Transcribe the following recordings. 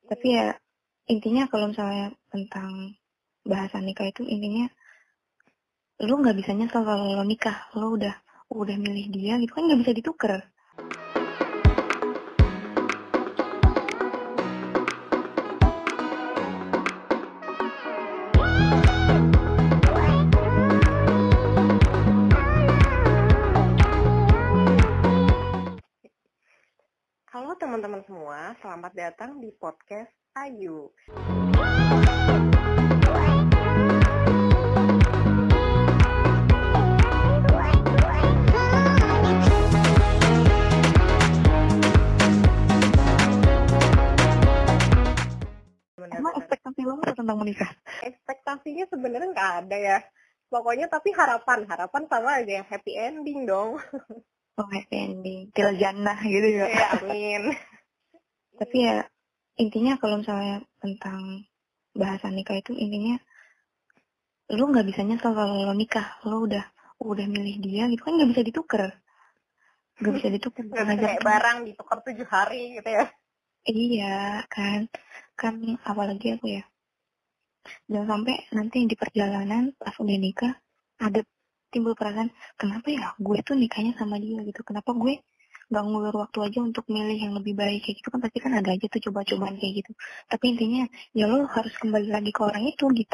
Tapi ya intinya kalau misalnya tentang bahasan nikah itu intinya lu nggak bisa nyesel kalau lo nikah, lo udah milih dia gitu kan, nggak bisa dituker. Halo teman-teman semua, selamat datang di podcast Ayu. Emang ekspektasi lo apa tentang menikah? Ekspektasinya sebenarnya nggak ada ya. Pokoknya tapi harapan sama aja, happy ending dong. Oh, happy ending, til jannah gitu ya. Ya, amin. Tapi ya intinya kalau misalnya tentang bahasan nikah itu intinya lu nggak bisa nyesel kalau lo nikah, lo udah milih dia gitu kan, nggak bisa dituker. Nggak bisa dituker. Nggak bisa kayak barang ditukar 7 hari gitu ya. Iya kan apalagi aku ya, jangan sampai nanti di perjalanan pas udah nikah ada timbul perasaan, kenapa ya gue tuh nikahnya sama dia gitu, kenapa gue nggak ngulur waktu aja untuk milih yang lebih baik kayak gitu kan, pasti kan ada aja tuh coba-cobaan kayak gitu. Tapi intinya ya lo harus kembali lagi ke orang itu gitu.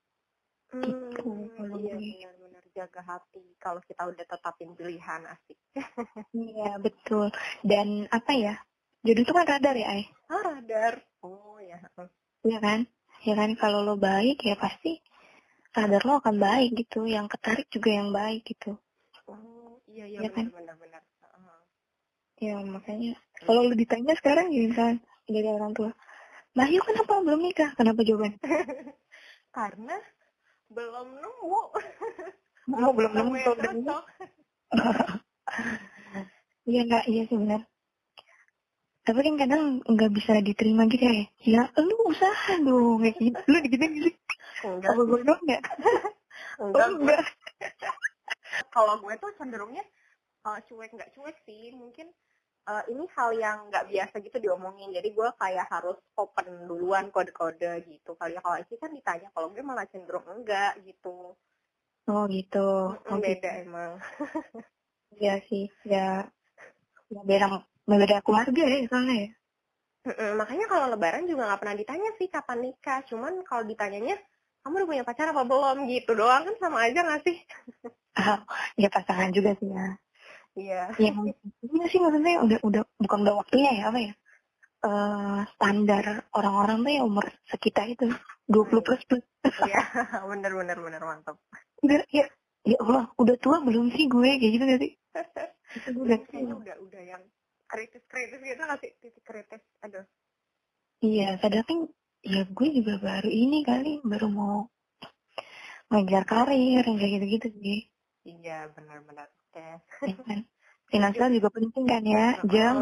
Iya benar-benar jaga hati kalau kita udah tetapin pilihan, asik. Iya betul. Dan apa ya, jodoh itu kan radar ya, Ay? Radar. Oh ya. Iya kan? Ya kan, kalau lo baik ya pasti radar lo akan baik gitu, yang ketarik juga yang baik gitu. Oh iya Ya kan? benar. Ya makanya kalau lu ditanya sekarang ya misalnya dari orang tua, Bayu kenapa belum nikah? Kenapa jawaban? Karena belum nemu. Belum nemu yang cocok. Iya sih benar. Tapi kan kadang nggak bisa diterima gitu ya. Ya lu usaha dong kayak gitu. Lu digituin gitu. Enggak. Apa gue dong nggak? Enggak. Kalau gue tuh cenderungnya cuek nggak cuek sih. Mungkin ini hal yang nggak biasa gitu diomongin. Jadi gue kayak harus open duluan, kode-kode gitu. Kalau Eci kan ditanya, kalau gue malah cenderung enggak gitu. Oh gitu. Beda emang. Iya sih. Ya beda keluarga ya soalnya ya. Makanya kalau lebaran juga nggak pernah ditanya sih kapan nikah. Cuman kalau ditanyanya, kamu udah punya pacar apa belum gitu doang, kan sama aja nggak sih? Ya pasangan juga sih ya. Iya. Ya ini sih maksudnya udah bukan udah waktunya ya, apa ya? Standar orang-orang tuh ya umur sekitar itu 20 plus. Iya, bener mantap. Ya Allah, udah tua belum sih gue kayak gitu gak sih? Kayaknya udah yang kritis gitu nggak sih, titik kritis, aduh. Iya, padahal kan ya gue juga baru mau ngejar karir yang kayak gitu-gitu sih. Iya, benar. Oke. Ya kan? Finansial juga penting kan ya, Jam.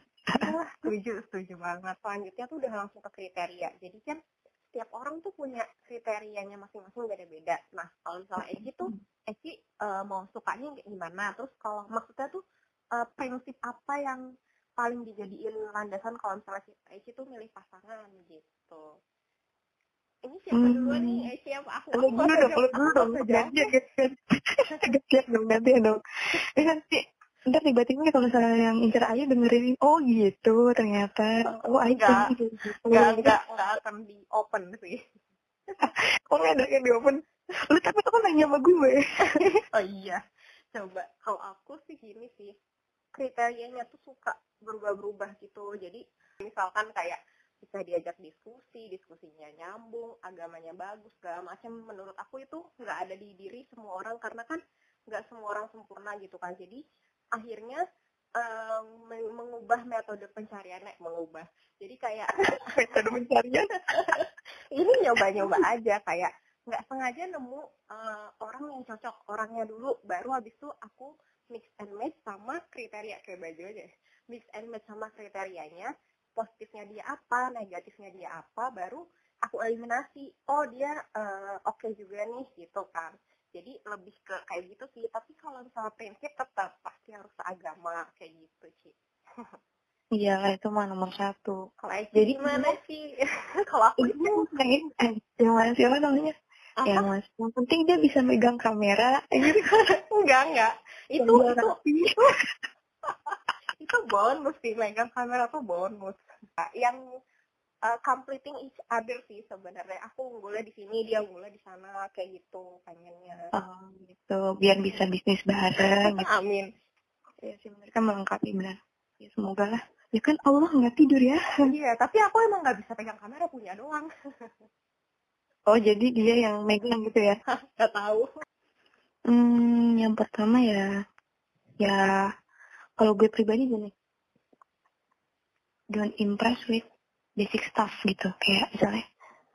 Setuju banget. Selanjutnya tuh udah langsung ke kriteria. Jadi kan setiap orang tuh punya kriterianya masing-masing beda-beda. Nah, kalau misalnya Eci mau sukanya gimana? Terus kalau maksudnya tuh prinsip apa yang paling dijadiin landasan kalau misalnya Eci tuh milih pasangan gitu. Ini siapa duluan nih? Eci apa aku? Dulu dong. Ganti dong. Nanti ntar tiba-tiba kalau misalnya yang incer Ayu dengerin, oh gitu ternyata. Oh Ayu gitu. Enggak akan di open sih. Oh nggak ada yang di open. Lu tapi tuh kan nanya sama gue. Oh iya. Coba kalau aku sih gini sih. Kriterianya tuh suka berubah-berubah gitu. Jadi misalkan kayak bisa diajak diskusinya nyambung, agamanya bagus, segala macam. Menurut aku itu nggak ada di diri semua orang, karena kan nggak semua orang sempurna gitu kan. Jadi akhirnya mengubah metode pencariannya, jadi kayak Metode pencarian ini nyoba aja, kayak nggak sengaja nemu orang yang cocok, orangnya dulu, baru habis itu aku mix and match sama kriteria, kayak baju aja, mix and match sama kriterianya, positifnya dia apa, negatifnya dia apa, baru aku eliminasi, oh dia oke juga nih gitu kan. Jadi lebih ke kayak gitu sih. Tapi kalau misalnya prinsip tetap pasti harus seagama kayak gitu sih. Iya lah, itu mah nomor 1. Kalau Eci Jadi gimana sih? Kalau aku itu yang mana siapa namanya? apa? Yang penting dia bisa megang kamera gitu. Enggak. Itu Fotografi. itu bonus sih, megang kamera tuh bonus. Yang completing each other sih sebenarnya. Aku unggulnya di sini, dia unggulnya di sana, kayak gitu pengennya. Oh, gitu. Biar bisa bisnis bareng gitu. Amin. Ya sih, mereka melengkapi benar. Ya semoga lah. Ya kan Allah nggak tidur ya. Iya, tapi aku emang nggak bisa pegang kamera, punya doang. Oh, jadi dia yang megang gitu ya. Nggak tahu. Yang pertama ya kalau gue pribadi gini, don't impress with basic stuff gitu. Kayak misalnya,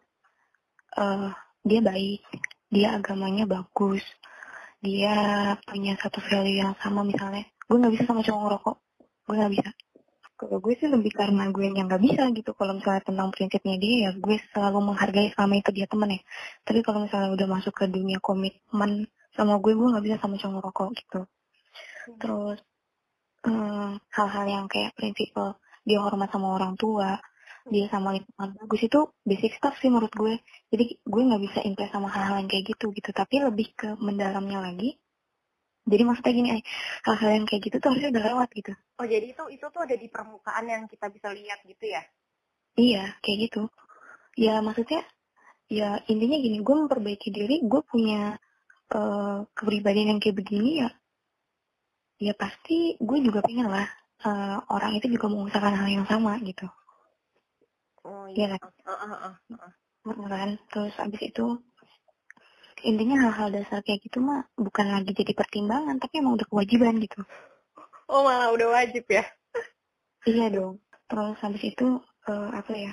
dia baik, dia agamanya bagus, dia punya satu value yang sama misalnya. Gue nggak bisa sama cowok ngerokok, gue nggak bisa. Kalau gue sih lebih karena gue yang nggak bisa gitu. Kalau misalnya tentang prinsipnya dia, ya gue selalu menghargai selama itu dia temen ya. Tapi kalau misalnya udah masuk ke dunia komitmen sama gue nggak bisa sama cowok ngerokok gitu. Terus hal-hal yang kayak prinsip dia hormat sama orang tua, dia sama lingkungan bagus, itu basic stuff sih menurut gue. Jadi gue nggak bisa impress sama hal-hal yang kayak gitu. Tapi lebih ke mendalamnya lagi. Jadi maksudnya gini, hal-hal yang kayak gitu tuh harusnya udah lewat gitu. Oh, jadi itu tuh ada di permukaan yang kita bisa lihat gitu ya? Iya, kayak gitu. Ya maksudnya, ya intinya gini, gue memperbaiki diri, gue punya kepribadian yang kayak begini ya pasti gue juga pengen lah orang itu juga mengusahakan hal yang sama gitu. Oh Iya iya. kan? Terus abis itu intinya hal-hal dasar kayak gitu mah bukan lagi jadi pertimbangan, tapi emang udah kewajiban gitu. Oh, malah udah wajib ya? Iya dong. Terus habis itu apa ya?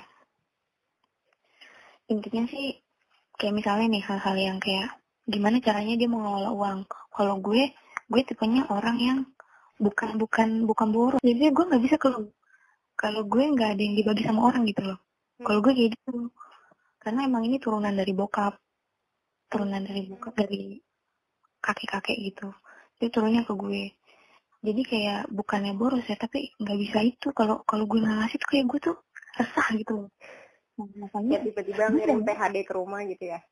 Intinya sih kayak misalnya nih hal-hal yang kayak gimana caranya dia mengelola uang. Kalau gue tipenya orang yang bukan boros. Jadi gue nggak bisa kalau gue nggak ada yang dibagi sama orang gitu loh. Kalau gue kayak gitu. Karena emang ini turunan dari bokap, dari kakek-kakek gitu. Itu turunnya ke gue. Jadi kayak bukannya boros ya, tapi nggak bisa itu. Kalau gue nggak ngasih tuh kayak gue tuh resah gitu loh. Nah, makanya Ya tiba-tiba ngirim PHD ke rumah gitu ya?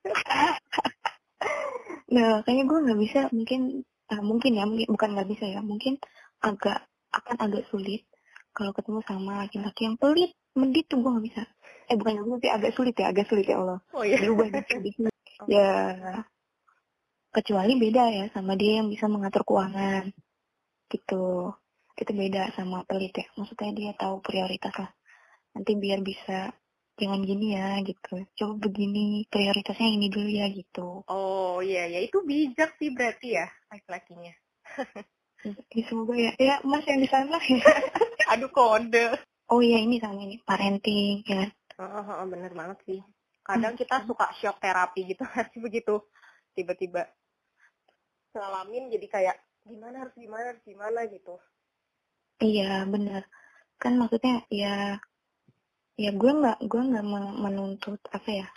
nah, kayaknya gue nggak bisa, mungkin bukan nggak bisa ya, mungkin akan agak sulit kalau ketemu sama laki-laki yang pelit, medit tuh gue nggak bisa. Bukan nggak bisa sih, agak sulit ya Allah. Oh iya. Diubah gitu. Ya, kecuali beda ya sama dia yang bisa mengatur keuangan gitu. Itu beda sama pelit ya. Maksudnya dia tahu prioritas lah. Nanti biar bisa jangan gini ya gitu. Coba begini, prioritasnya ini dulu ya gitu. Oh iya, ya itu bijak sih berarti ya laki-lakinya. Ya, semoga ya. Ya, Mas yang di sana ya. Aduh, kode. Oh iya, ini sama ini parenting ya. Bener banget sih. Kadang kita suka shock terapi gitu sih begitu tiba-tiba ngalamin, jadi kayak harus gimana gitu. Iya, benar. Kan maksudnya ya gue nggak menuntut apa ya.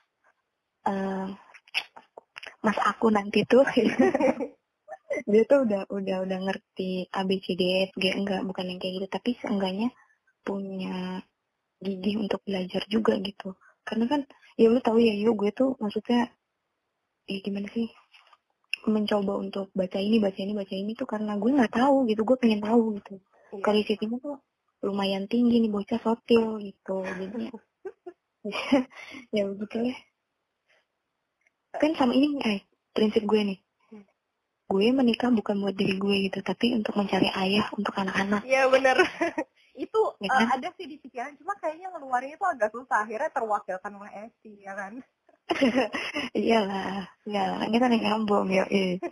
Mas aku nanti tuh dia tuh udah ngerti A B C D F G, enggak, bukan yang kayak gitu, tapi seenggaknya punya gigih untuk belajar juga gitu. Karena kan ya lu tahu ya, gue tuh maksudnya ya gimana sih, mencoba untuk baca ini tuh karena gue nggak tahu gitu, gue pengen tahu gitu. Iya. Kualitasnya tuh lumayan tinggi nih, bocah sotil gitu, jadinya ya begitu ya. Kan sama ini prinsip gue nih, gue menikah bukan buat diri gue gitu, tapi untuk mencari ayah untuk anak-anak. Iya bener. Itu Ya kan? ada sih di pikiran, cuma kayaknya ngeluarin itu agak susah, akhirnya terwakilkan oleh Esti ya kan. Iyalah, ini kan yang ngambung ya.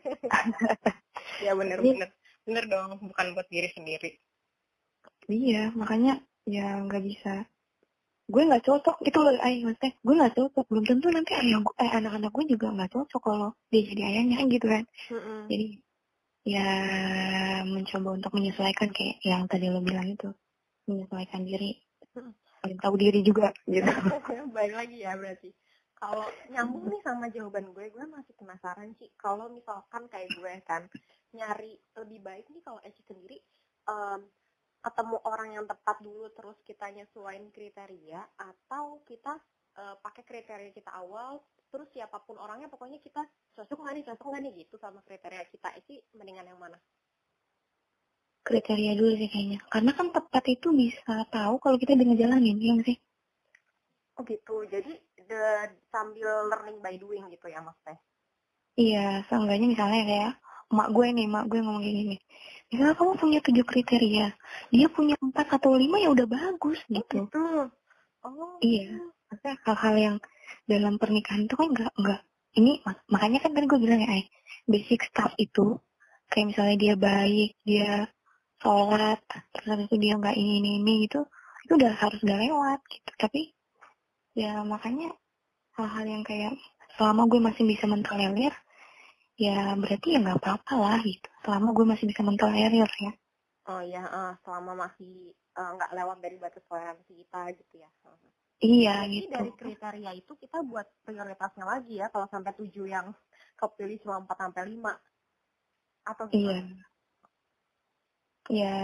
Ya bener dong, bukan buat diri sendiri. Iya, makanya ya nggak bisa. Gue nggak cocok gitu loh, maksudnya gue nggak cocok. Belum tentu nanti anak-anak gue juga nggak cocok kalau dia jadi ayahnya gitu kan. Jadi ya mencoba untuk menyesuaikan kayak yang tadi lo bilang itu, menyesuaikan diri, tahu diri juga gitu. Baik lagi ya berarti. Kalau nyambung nih sama jawaban gue masih penasaran sih. Kalau misalkan kayak gue kan nyari lebih baik nih, kalau Eci sendiri ketemu orang yang tepat dulu terus kita nyesuaiin kriteria, atau kita pakai kriteria kita awal terus siapapun orangnya pokoknya kita cocok nggak nih gitu sama kriteria kita, itu mendingan yang mana? Kriteria dulu sih kayaknya. Karena kan tepat itu bisa tahu kalau kita udah ngejalanin, ya nggak sih? Oh gitu, jadi sambil learning by doing gitu ya maksudnya? Iya, seenggaknya misalnya kayak mak gue ngomong gini nih. Misalnya kamu punya 7 kriteria, dia punya 4 atau 5 ya udah bagus gitu. Oh gitu. Oh. Iya, maksudnya hal-hal yang dalam pernikahan itu kan enggak. Ini makanya kan tadi gue bilang ya, basic stuff itu kayak misalnya dia baik, dia sholat, terus habis itu dia nggak ini gitu, itu udah harus udah lewat gitu. Tapi ya makanya hal-hal yang kayak selama gue masih bisa mentolerir, ya berarti ya nggak apa-apa lah gitu. Selama gue masih bisa mentolerir ya. Oh ya, selama masih nggak lewat dari batas toleransi kita gitu ya. Iya Jadi gitu. dari kriteria itu kita buat prioritasnya lagi ya, kalau sampai 7 yang kepilih cuma 4 sampai 5 atau gimana? Iya. Ya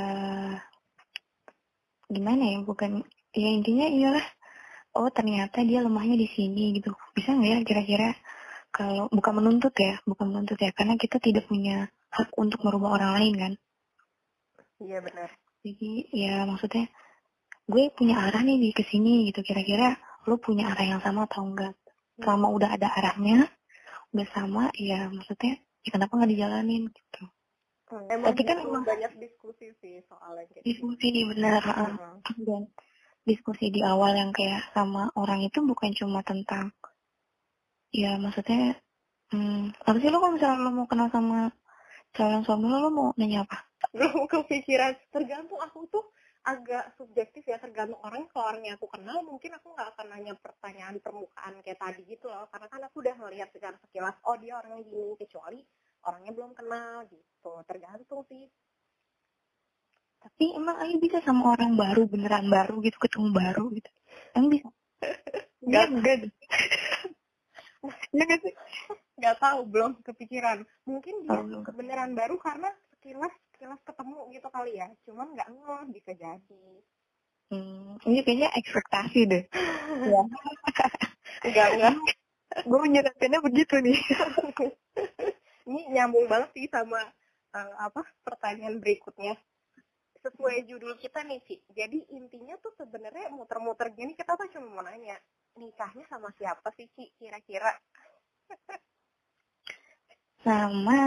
gimana ya, bukan ya intinya iyalah, oh ternyata dia lemahnya di sini gitu, bisa nggak ya kira-kira, kalau bukan menuntut ya karena kita tidak punya hak untuk merubah orang lain kan. Iya benar. Jadi ya maksudnya gue punya arah nih di kesini gitu, kira-kira lo punya arah yang sama atau enggak. Selama udah ada arahnya udah sama ya maksudnya ya kenapa nggak dijalanin gitu. Emang Tapi kan butuh emang banyak diskusi sih soalnya kayak gitu. diskusi bener, dan diskusi di awal yang kayak sama orang itu bukan cuma tentang ya maksudnya apa sih, lo kalau misalnya lo mau kenal sama calon suami lo mau nanya apa? Belum kepikiran, tergantung, aku tuh agak subjektif ya, tergantung orang. Kalau orangnya aku kenal mungkin aku nggak akan nanya pertanyaan permukaan kayak tadi gitu loh, karena kan aku udah melihat secara sekilas oh dia orangnya gini, kecuali orangnya belum kenal gitu. Tergantung sih. Tapi emang Ayu bisa sama orang baru, beneran baru gitu, ketemu baru gitu, emang bisa? Iya enggak deh. Iya nggak sih? Nggak tahu, belum kepikiran. Mungkin dia Belum beneran baru karena sekilas ketemu gitu kali ya, cuman nggak ngeh, bisa jadi. Ini kayaknya ekspektasi deh. Ya. Enggak. Gue menyerapinnya begitu nih. Ini nyambung banget sih sama pertanyaan berikutnya. Sesuai judul kita nih, Ci. Jadi intinya tuh sebenarnya muter-muter gini, kita tuh cuma mau nanya, nikahnya sama siapa sih, Ci, kira-kira? Sama.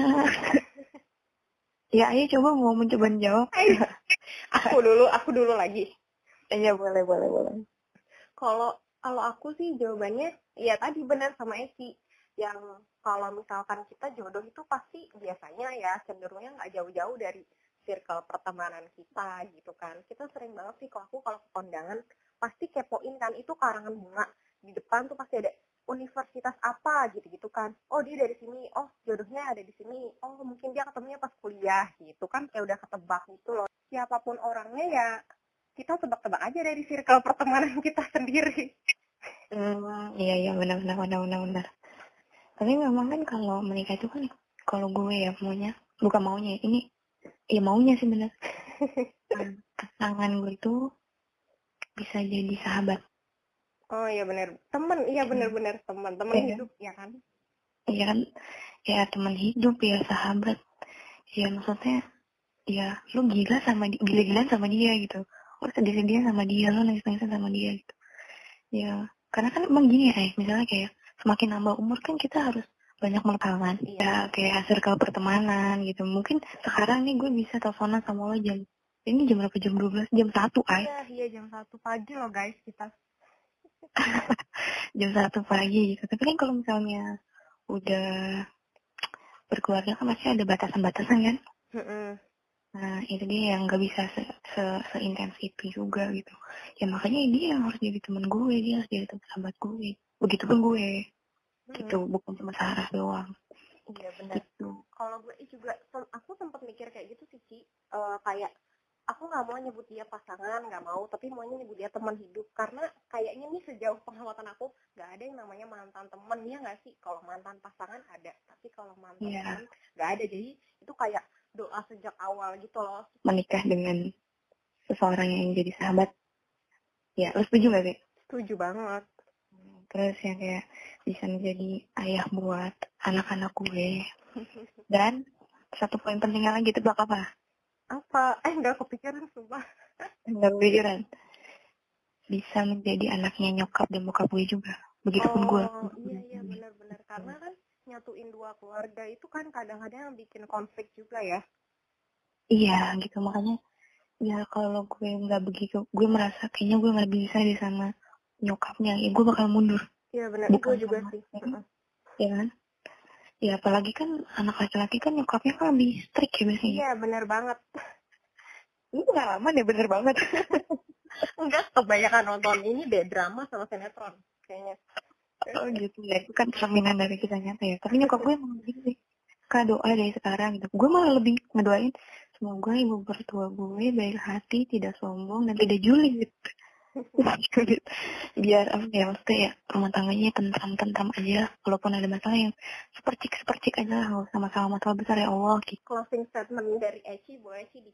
Ya, ayo coba mau mencoba jawab. Aku dulu lagi. Iya, boleh. Kalau aku sih jawabannya ya tadi benar sama Esi, yang kalau misalkan kita jodoh itu pasti biasanya ya cenderungnya nggak jauh-jauh dari circle pertemanan kita gitu kan. Kita sering banget sih, kalau ke kondangan pasti kepoin kan, itu karangan bunga di depan tuh pasti ada universitas apa gitu kan. Oh dia dari sini, oh jodohnya ada di sini, oh mungkin dia ketemunya pas kuliah gitu kan, kayak udah ketebak gitu loh. Siapapun orangnya ya kita tebak-tebak aja dari circle pertemanan kita sendiri. Iya, benar. Tapi memang kan kalau menikah itu kan, kalau gue ya bukan maunya, ini ya maunya sih bener. Pasangan gue itu bisa jadi sahabat. Oh iya benar, teman, iya benar teman hidup ya kan? Iya kan, ya teman hidup ya sahabat. Ya maksudnya ya lu gila-gilaan sama dia gitu, lu sedih-sedihan sama dia, lu nangis-nangisan sama dia gitu. Ya karena kan emang gini ya, misalnya kayak semakin nambah umur kan kita harus banyak mengkawan. Ya kayak circle pertemanan gitu. Mungkin sekarang nih gue bisa teleponan sama lo ini jam berapa, jam 12, jam 1 Iya jam 1 pagi loh guys kita. jam 1 pagi gitu. Tapi kan kalau misalnya udah berkeluarga kan pasti ada batasan-batasan kan. Nah itu dia yang nggak bisa seintens itu juga gitu. Ya makanya dia yang harus jadi teman gue, dia harus jadi teman sahabat gue. Begitupun gue gitu, bukan cuma Sarah doang. Iya benar gitu. Kalau gue juga aku sempat mikir kayak gitu sih, Ci. Kayak aku nggak mau nyebut dia pasangan, nggak mau, tapi maunya nyebut dia teman hidup, karena kayaknya nih sejauh pengamatan aku nggak ada yang namanya mantan teman, ya nggak sih? Kalau mantan pasangan ada, tapi kalau mantan teman nggak ada. Jadi itu kayak doa sejak awal gitu loh, menikah dengan seseorang yang jadi sahabat. Ya, lu setuju gak sih? Setuju banget. Terus yang kayak bisa menjadi ayah buat anak-anak gue. Dan satu poin pentingnya lagi itu bakal apa? Apa? Nggak kepikiran sumpah. Nggak kepikiran. Bisa menjadi anaknya nyokap dan bokap gue juga. Begitupun gue. Oh iya benar-benar, karena kan nyatuin dua keluarga itu kan kadang-kadang bikin konflik juga ya. Iya gitu, makanya ya kalau gue nggak begitu, gue merasa kayaknya gue nggak bisa deh sama nyokapnya, ya gue bakal mundur. Iya benar, Bukan itu juga sama, sih. ya kan? Ya apalagi kan anak laki-laki kan nyokapnya kan lebih strict ya biasanya. Iya benar banget. Ini pengalaman ya, bener banget. Enggak, kebanyakan nonton ini deh drama sama sinetron kayaknya. Oh gitu ya, itu kan cerminan dari kita nyata ya. Tapi nyokap gue emang gitu sih. Kak doa dari sekarang gitu. Gue malah lebih ngedoain semoga ibu mertua gue baik hati, tidak sombong, dan tidak julid. Biar apa ya, maksudnya ya rumah tangganya tentram-tentram aja. Walaupun ada masalah yang sepercik aja lah, nggak usah masalah-masalah besar ya Allah gitu. Closing statement dari Eci, boleh sih di.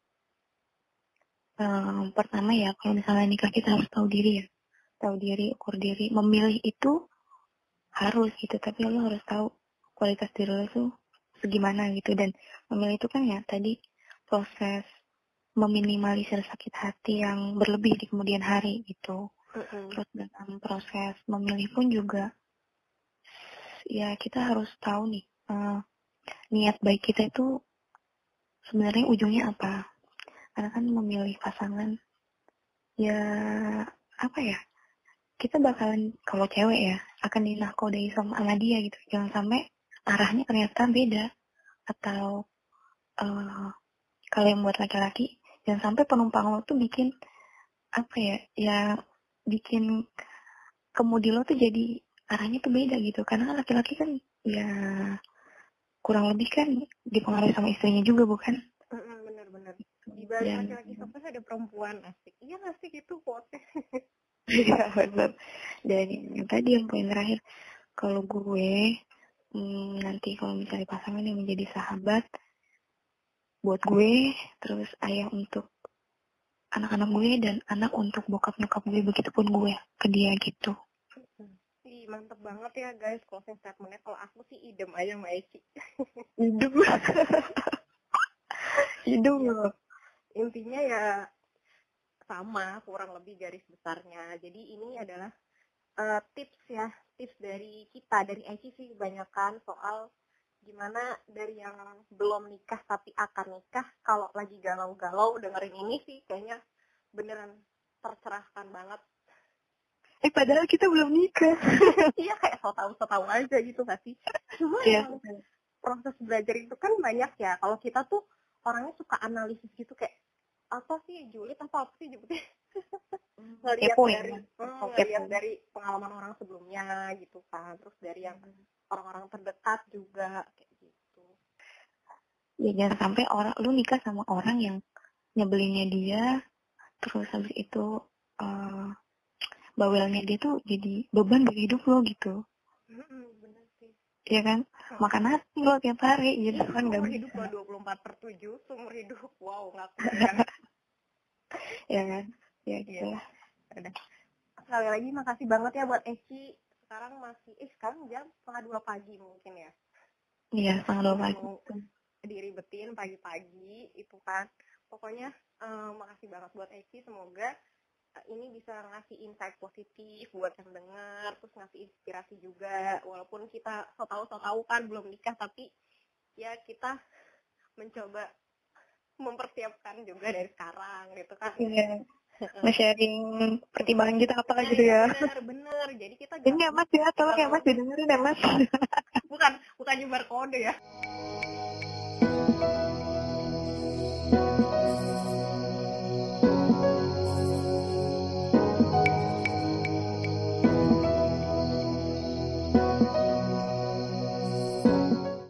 Pertama ya, kalau misalnya nikah kita harus tahu diri ya. Tahu diri, ukur diri. Memilih itu harus gitu, tapi lo harus tahu kualitas diri lo tuh segimana gitu. Dan memilih itu kan ya tadi proses meminimalisir sakit hati yang berlebih di kemudian hari gitu. Terus dalam proses memilih pun juga ya kita harus tahu nih niat baik kita itu sebenarnya ujungnya apa. Karena kan memilih pasangan ya apa ya, kita bakalan kalau cewek ya akan dinahkodai sama dia gitu. Jangan sampai arahnya ternyata beda. Atau kalau yang buat laki-laki jangan sampai penumpang lo tuh bikin apa ya, ya bikin kemudi lo tuh jadi arahnya tuh beda gitu. Karena kan laki-laki kan ya kurang lebih kan dipengaruhi sama istrinya juga, bukan? Bener-bener. Di balik laki-laki sukses ada perempuan, asik. Iya nggak sih gitu quote. Iya benar. Dan yang tadi yang poin terakhir, kalau gue nanti kalau misalnya pasangan yang menjadi sahabat buat gue, terus ayah untuk anak-anak gue dan anak untuk bokap nyokap gue, begitupun gue ke dia gitu. Ih, mantep banget ya guys closing statementnya. Kalau aku sih idem aja sama Eci. Hidup. Hidup loh. Intinya ya sama, kurang lebih garis besarnya. Jadi ini adalah tips dari kita, dari Eci sih kebanyakan soal gimana dari yang belum nikah tapi akan nikah, kalau lagi galau-galau dengerin ini sih kayaknya beneran tercerahkan banget. Padahal kita belum nikah. Iya, kayak so-tau aja gitu gak sih? Cuma proses belajar itu kan banyak ya. Kalau kita tuh orangnya suka analisis gitu, kayak apa sih julid, apa sih nyebutnya. Ngelihat dari pengalaman orang sebelumnya gitu kan. Terus dari yang orang-orang terdekat juga kayak gitu. Ya jangan sampai lu nikah sama orang yang nyebelinnya dia, terus habis itu bawelnya dia tuh jadi beban dari hidup lo gitu. Bener sih. Iya kan? Makan nasi lo tiap hari gitu kan, nggak bisa. Hidup lo 24/7, seumur hidup. Wow, nggak kebayang. Ya kan? Ya gitu lah. Udah. Sekali lagi makasih banget ya buat Eci. Sekarang jam 1:30 pagi mungkin ya. Iya, 1:30 pagi. Diribetin pagi-pagi itu kan. Pokoknya makasih banget buat Eci. Semoga ini bisa ngasih insight positif buat yang dengar, terus ngasih inspirasi juga. Walaupun kita so-tau kan belum nikah, tapi ya kita mencoba mempersiapkan juga dari sekarang gitu kan. Iya. Nge-sharing pertimbangan kita apa gitu ya. Bener. Jadi kita ini ya Mas ya, tolong ya Mas didengerin ya Mas. bukan nyebar kode ya.